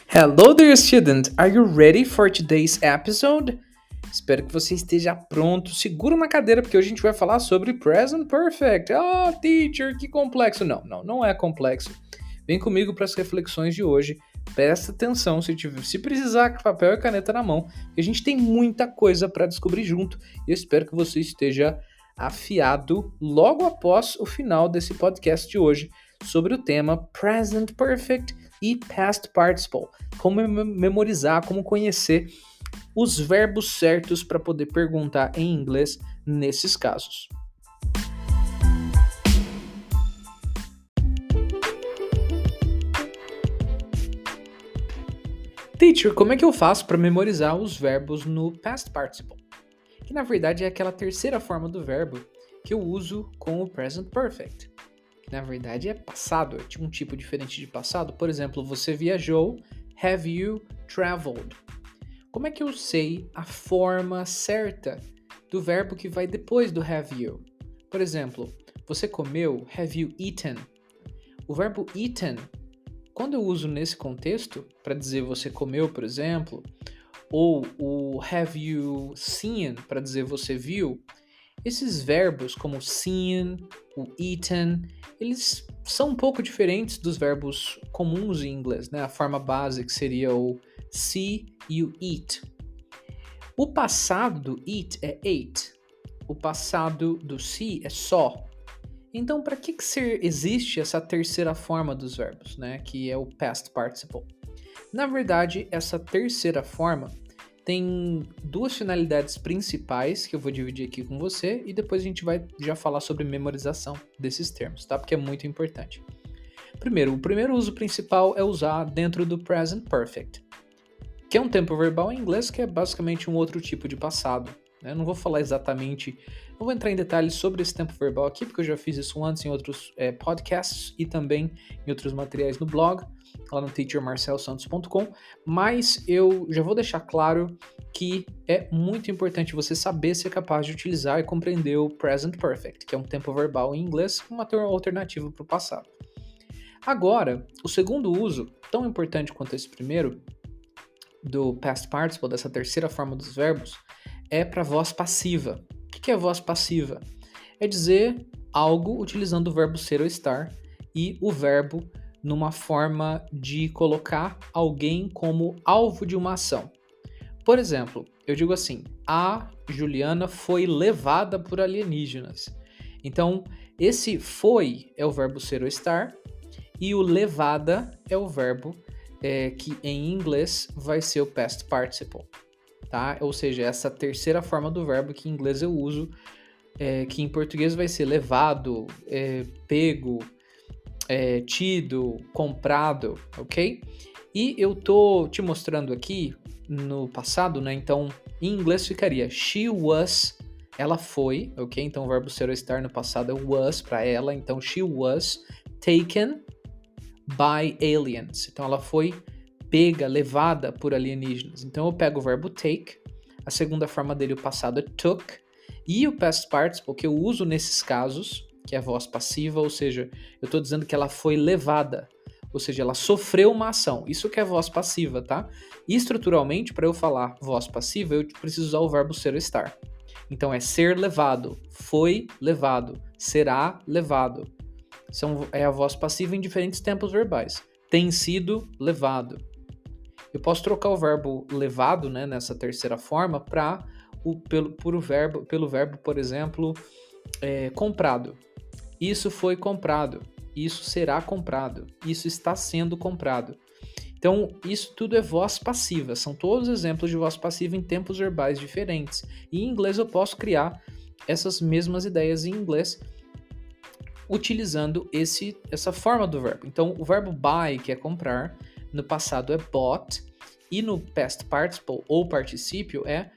Hello there, student! Are you ready for today's episode? Espero que você esteja pronto, seguro na cadeira, porque hoje a gente vai falar sobre Present Perfect. Ah, teacher, que complexo! Não é complexo. Vem comigo para as reflexões de hoje. Presta atenção se precisar com papel e caneta na mão, que a gente tem muita coisa para descobrir junto. E eu espero que você esteja afiado logo após o final desse podcast de hoje sobre o tema Present Perfect e Past Participle. Como memorizar, como conhecer os verbos certos para poder perguntar em inglês nesses casos. Teacher, como é que eu faço para memorizar os verbos no Past Participle? Que na verdade é aquela terceira forma do verbo que eu uso com o Present Perfect. Que na verdade é passado, é um tipo diferente de passado. Por exemplo, você viajou, have you traveled? Como é que eu sei a forma certa do verbo que vai depois do have you? Por exemplo, você comeu, have you eaten? O verbo eaten, quando eu uso nesse contexto, para dizer você comeu, por exemplo, ou o have you seen, para dizer você viu, esses verbos como seen, o eaten, eles são um pouco diferentes dos verbos comuns em inglês, né? A forma básica seria o see e o eat. O passado do eat é ate. O passado do see é saw. Então, para que existe essa terceira forma dos verbos, né? Que é o past participle? Na verdade, essa terceira forma tem duas finalidades principais que eu vou dividir aqui com você e depois a gente vai já falar sobre memorização desses termos, tá? Porque é muito importante. Primeiro, o primeiro uso principal é usar dentro do Present Perfect, que é um tempo verbal em inglês que é basicamente um outro tipo de passado. Eu não vou falar exatamente, não vou entrar em detalhes sobre esse tempo verbal aqui, porque eu já fiz isso antes em outros podcasts e também em outros materiais no blog, lá no teachermarcelsantos.com, mas eu já vou deixar claro que é muito importante você saber ser capaz de utilizar e compreender o Present Perfect, que é um tempo verbal em inglês, uma alternativa para o passado. Agora, o segundo uso, tão importante quanto esse primeiro, do past participle, dessa terceira forma dos verbos, é para voz passiva. O que é voz passiva? É dizer algo utilizando o verbo ser ou estar e o verbo numa forma de colocar alguém como alvo de uma ação. Por exemplo, eu digo assim, a Juliana foi levada por alienígenas. Então, esse foi é o verbo ser ou estar e o levada é o verbo que em inglês vai ser o past participle. Tá? Ou seja, essa terceira forma do verbo que em inglês eu uso, que em português vai ser levado, pego, tido, comprado, ok? E eu tô te mostrando aqui no passado, né? Então, em inglês ficaria she was, ela foi, ok? Então, o verbo ser ou estar no passado é was para ela. Então, she was taken by aliens. Então, ela foi pega, levada por alienígenas. Então eu pego o verbo take, a segunda forma dele, o passado é took, e o past participle que eu uso nesses casos, que é a voz passiva, ou seja, eu estou dizendo que ela foi levada, ou seja, ela sofreu uma ação. Isso que é voz passiva, tá? E estruturalmente, para eu falar voz passiva, eu preciso usar o verbo ser ou estar. Então é ser levado, foi levado, será levado. É a voz passiva em diferentes tempos verbais. Tem sido levado. Eu posso trocar o verbo levado, né, nessa terceira forma pelo verbo, por exemplo, comprado. Isso foi comprado. Isso será comprado. Isso está sendo comprado. Então, isso tudo é voz passiva. São todos exemplos de voz passiva em tempos verbais diferentes. E em inglês eu posso criar essas mesmas ideias em inglês utilizando essa forma do verbo. Então, o verbo buy, que é comprar, no passado é bought, e no past participle ou particípio é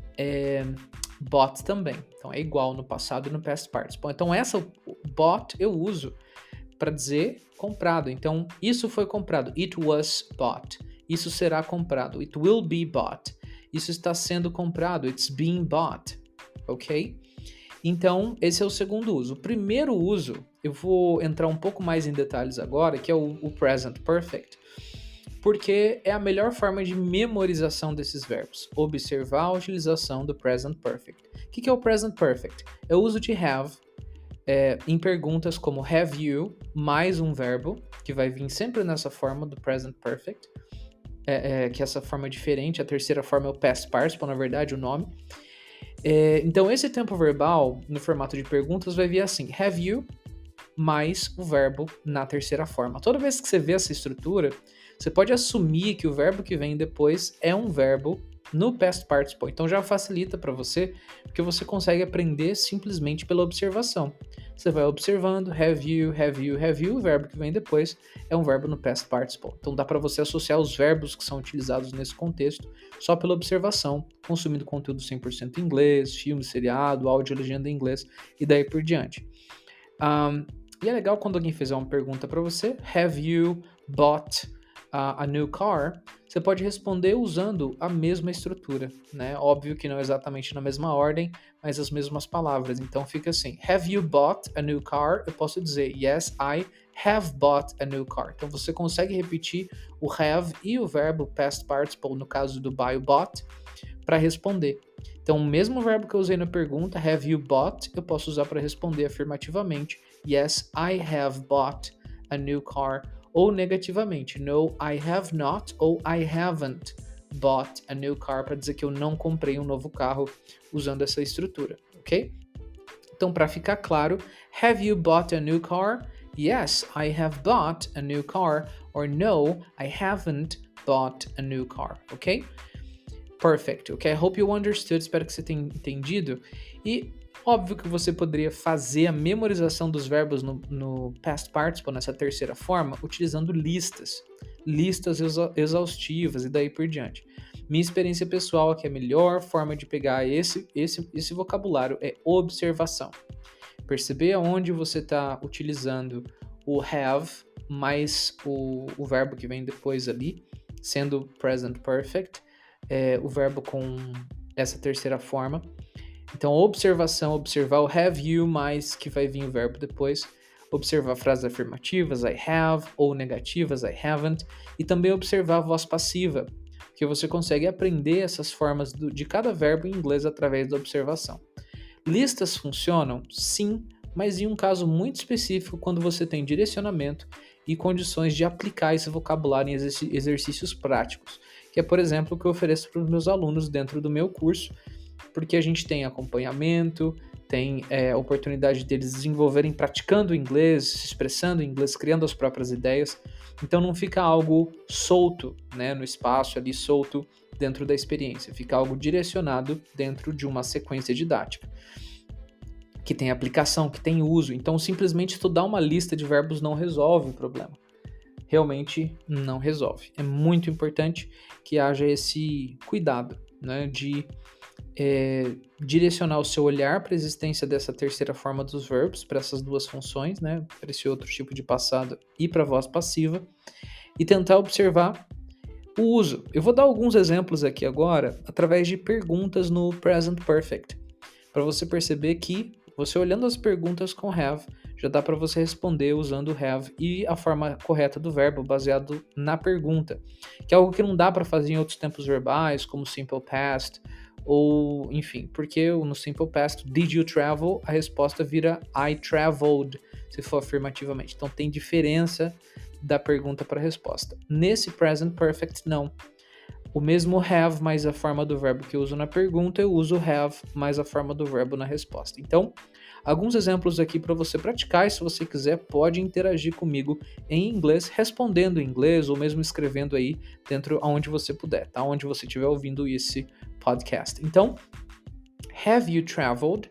bought também. Então, é igual no passado e no past participle. Então, essa bought eu uso para dizer comprado. Então, isso foi comprado. It was bought. Isso será comprado. It will be bought. Isso está sendo comprado. It's being bought. Ok? Então, esse é o segundo uso. O primeiro uso, eu vou entrar um pouco mais em detalhes agora, que é o present perfect. porque é a melhor forma de memorização desses verbos. Observar a utilização do present perfect. O que é o present perfect? É o uso de have em perguntas como have you, mais um verbo, que vai vir sempre nessa forma do present perfect, que essa forma é diferente. A terceira forma é o past participle, na verdade, o nome. Então, esse tempo verbal, no formato de perguntas, vai vir assim, have you, mais o verbo na terceira forma. Toda vez que você vê essa estrutura, você pode assumir que o verbo que vem depois é um verbo no past participle. Então já facilita para você, porque você consegue aprender simplesmente pela observação. Você vai observando, have you, o verbo que vem depois é um verbo no past participle. Então dá para você associar os verbos que são utilizados nesse contexto só pela observação, consumindo conteúdo 100% em inglês, filme, seriado, áudio e legenda em inglês e daí por diante. E é legal quando alguém fizer uma pergunta para você, have you bought a new car? Você pode responder usando a mesma estrutura, né? Óbvio que não exatamente na mesma ordem, mas as mesmas palavras. Então fica assim, have you bought a new car? Eu posso dizer, yes, I have bought a new car. Então você consegue repetir o have e o verbo past participle, no caso do buy, bought, para responder. Então, o mesmo verbo que eu usei na pergunta, have you bought, eu posso usar para responder afirmativamente, yes, I have bought a new car, ou negativamente, no, I have not, ou I haven't bought a new car, para dizer que eu não comprei um novo carro usando essa estrutura, ok? Então, para ficar claro, have you bought a new car? Yes, I have bought a new car, or no, I haven't bought a new car, ok? Perfect, ok? I hope you understood, espero que você tenha entendido. E óbvio que você poderia fazer a memorização dos verbos no past participle, nessa terceira forma, utilizando listas exaustivas e daí por diante. Minha experiência pessoal é que a melhor forma de pegar esse vocabulário é observação. Perceber aonde você está utilizando o have mais o verbo que vem depois ali, sendo present perfect, o verbo com essa terceira forma. Então, observação, observar o have you mais que vai vir o verbo depois, observar frases afirmativas, I have, ou negativas, I haven't, e também observar a voz passiva, que você consegue aprender essas formas de cada verbo em inglês através da observação. Listas funcionam? Sim, mas em um caso muito específico, quando você tem direcionamento e condições de aplicar esse vocabulário em exercícios práticos, que é, por exemplo, o que eu ofereço para os meus alunos dentro do meu curso, porque a gente tem acompanhamento, tem a oportunidade deles desenvolverem praticando inglês, se expressando em inglês, criando as próprias ideias. Então não fica algo solto, né, no espaço ali, solto dentro da experiência. Fica algo direcionado dentro de uma sequência didática, que tem aplicação, que tem uso. Então simplesmente estudar uma lista de verbos não resolve o problema. Realmente não resolve. É muito importante que haja esse cuidado, né, de direcionar o seu olhar para a existência dessa terceira forma dos verbos, para essas duas funções, né, para esse outro tipo de passado e para a voz passiva, e tentar observar o uso. Eu vou dar alguns exemplos aqui agora, através de perguntas no Present Perfect, para você perceber que, você olhando as perguntas com have, já dá para você responder usando o have e a forma correta do verbo, baseado na pergunta, que é algo que não dá para fazer em outros tempos verbais, como Simple Past, ou, enfim, porque no Simple Past, did you travel? A resposta vira I traveled, se for afirmativamente. Então tem diferença da pergunta para a resposta. Nesse Present Perfect, não. O mesmo have mais a forma do verbo que eu uso na pergunta, eu uso have mais a forma do verbo na resposta. Então, alguns exemplos aqui para você praticar, e se você quiser, pode interagir comigo em inglês, respondendo em inglês, ou mesmo escrevendo aí dentro aonde você puder, tá? Onde você estiver ouvindo esse podcast. Então, have you traveled?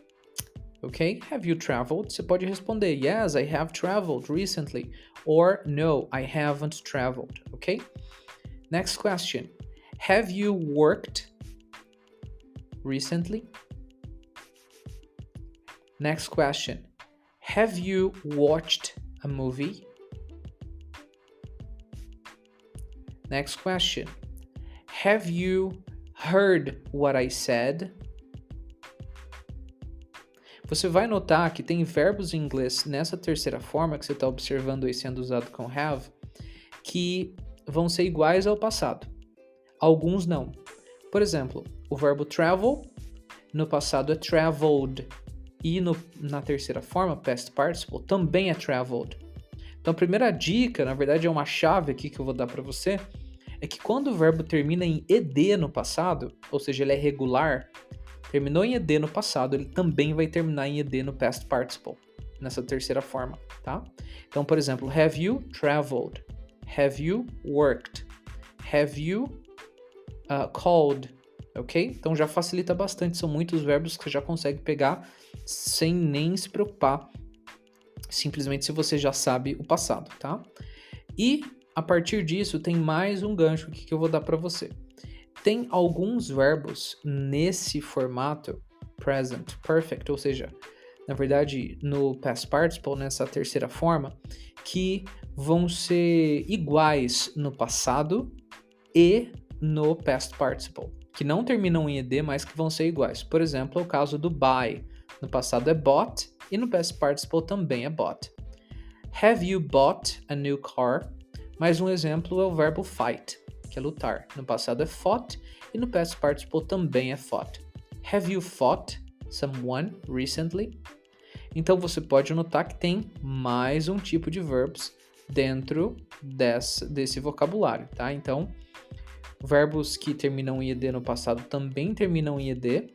Ok? Have you traveled? Você pode responder, yes, I have traveled recently, or no, I haven't traveled, ok? Next question. Have you worked recently? Next question. Have you watched a movie? Next question. Have you heard what I said? Você vai notar que tem verbos em inglês nessa terceira forma que você está observando aí sendo usado com have, que vão ser iguais ao passado. Alguns não. Por exemplo, o verbo travel, no passado é traveled. E na terceira forma, past participle, também é traveled. Então a primeira dica, na verdade é uma chave aqui que eu vou dar para você, é que quando o verbo termina em ed no passado, ou seja, ele é regular, terminou em ed no passado, ele também vai terminar em ed no past participle, nessa terceira forma, tá? Então, por exemplo, have you traveled? Have you worked? Have you called? Ok? Então já facilita bastante, são muitos verbos que você já consegue pegar sem nem se preocupar, simplesmente se você já sabe o passado, tá? E a partir disso tem mais um gancho aqui que eu vou dar para você. Tem alguns verbos nesse formato present perfect, ou seja, na verdade no past participle, nessa terceira forma, que vão ser iguais no passado e no past participle, que não terminam em ed, mas que vão ser iguais. Por exemplo, é o caso do buy. No passado é bought e no past participle também é bought. Have you bought a new car? Mais um exemplo é o verbo fight, que é lutar. No passado é fought e no past participle também é fought. Have you fought someone recently? Então você pode notar que tem mais um tipo de verbos dentro desse vocabulário, tá? Então, verbos que terminam em ed no passado também terminam em ed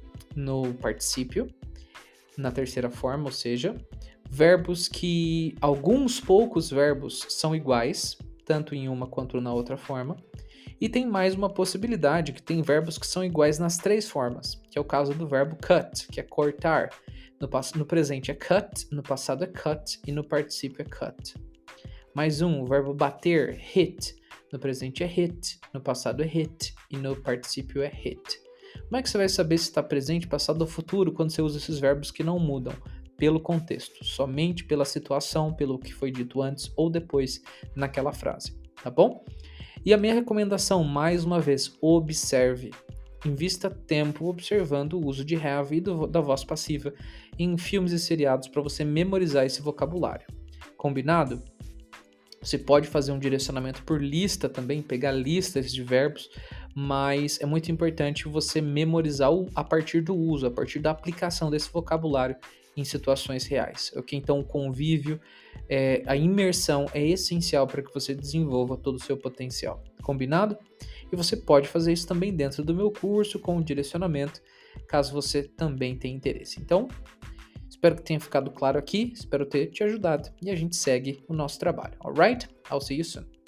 no particípio, na terceira forma, ou seja, verbos que alguns poucos verbos são iguais, tanto em uma quanto na outra forma, e tem mais uma possibilidade, que tem verbos que são iguais nas três formas, que é o caso do verbo cut, que é cortar. No presente é cut, no passado é cut e no particípio é cut. Mais um, o verbo bater, hit. No presente é hit, no passado é hit e no particípio é hit. Como é que você vai saber se está presente, passado ou futuro quando você usa esses verbos que não mudam? Pelo contexto, somente pela situação, pelo que foi dito antes ou depois naquela frase, tá bom? E a minha recomendação, mais uma vez, observe. Invista tempo observando o uso de have e da voz passiva em filmes e seriados para você memorizar esse vocabulário. Combinado? Você pode fazer um direcionamento por lista também, pegar listas de verbos, mas é muito importante você memorizar a partir do uso, a partir da aplicação desse vocabulário em situações reais, ok? Então o convívio, a imersão é essencial para que você desenvolva todo o seu potencial, combinado? E você pode fazer isso também dentro do meu curso com o direcionamento, caso você também tenha interesse. Então, espero que tenha ficado claro aqui, espero ter te ajudado e a gente segue o nosso trabalho, alright? I'll see you soon.